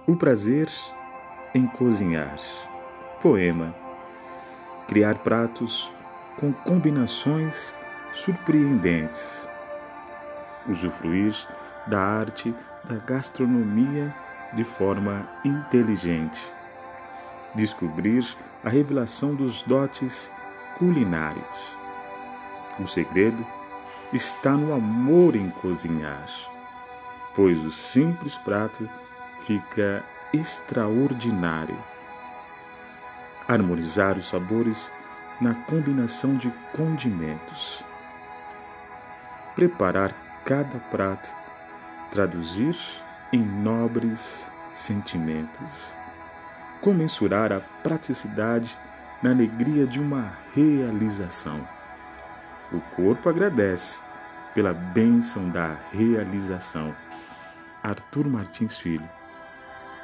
O prazer em cozinhar. Poema. Criar pratos com combinações surpreendentes. Usufruir da arte da gastronomia de forma inteligente. Descobrir a revelação dos dotes culinários. O segredo está no amor em cozinhar, pois o simples prato fica extraordinário. Harmonizar os sabores na combinação de condimentos. Preparar cada prato, traduzir em nobres sentimentos. Comensurar a praticidade na alegria de uma realização. O corpo agradece pela bênção da realização. Arthur Martins Filho.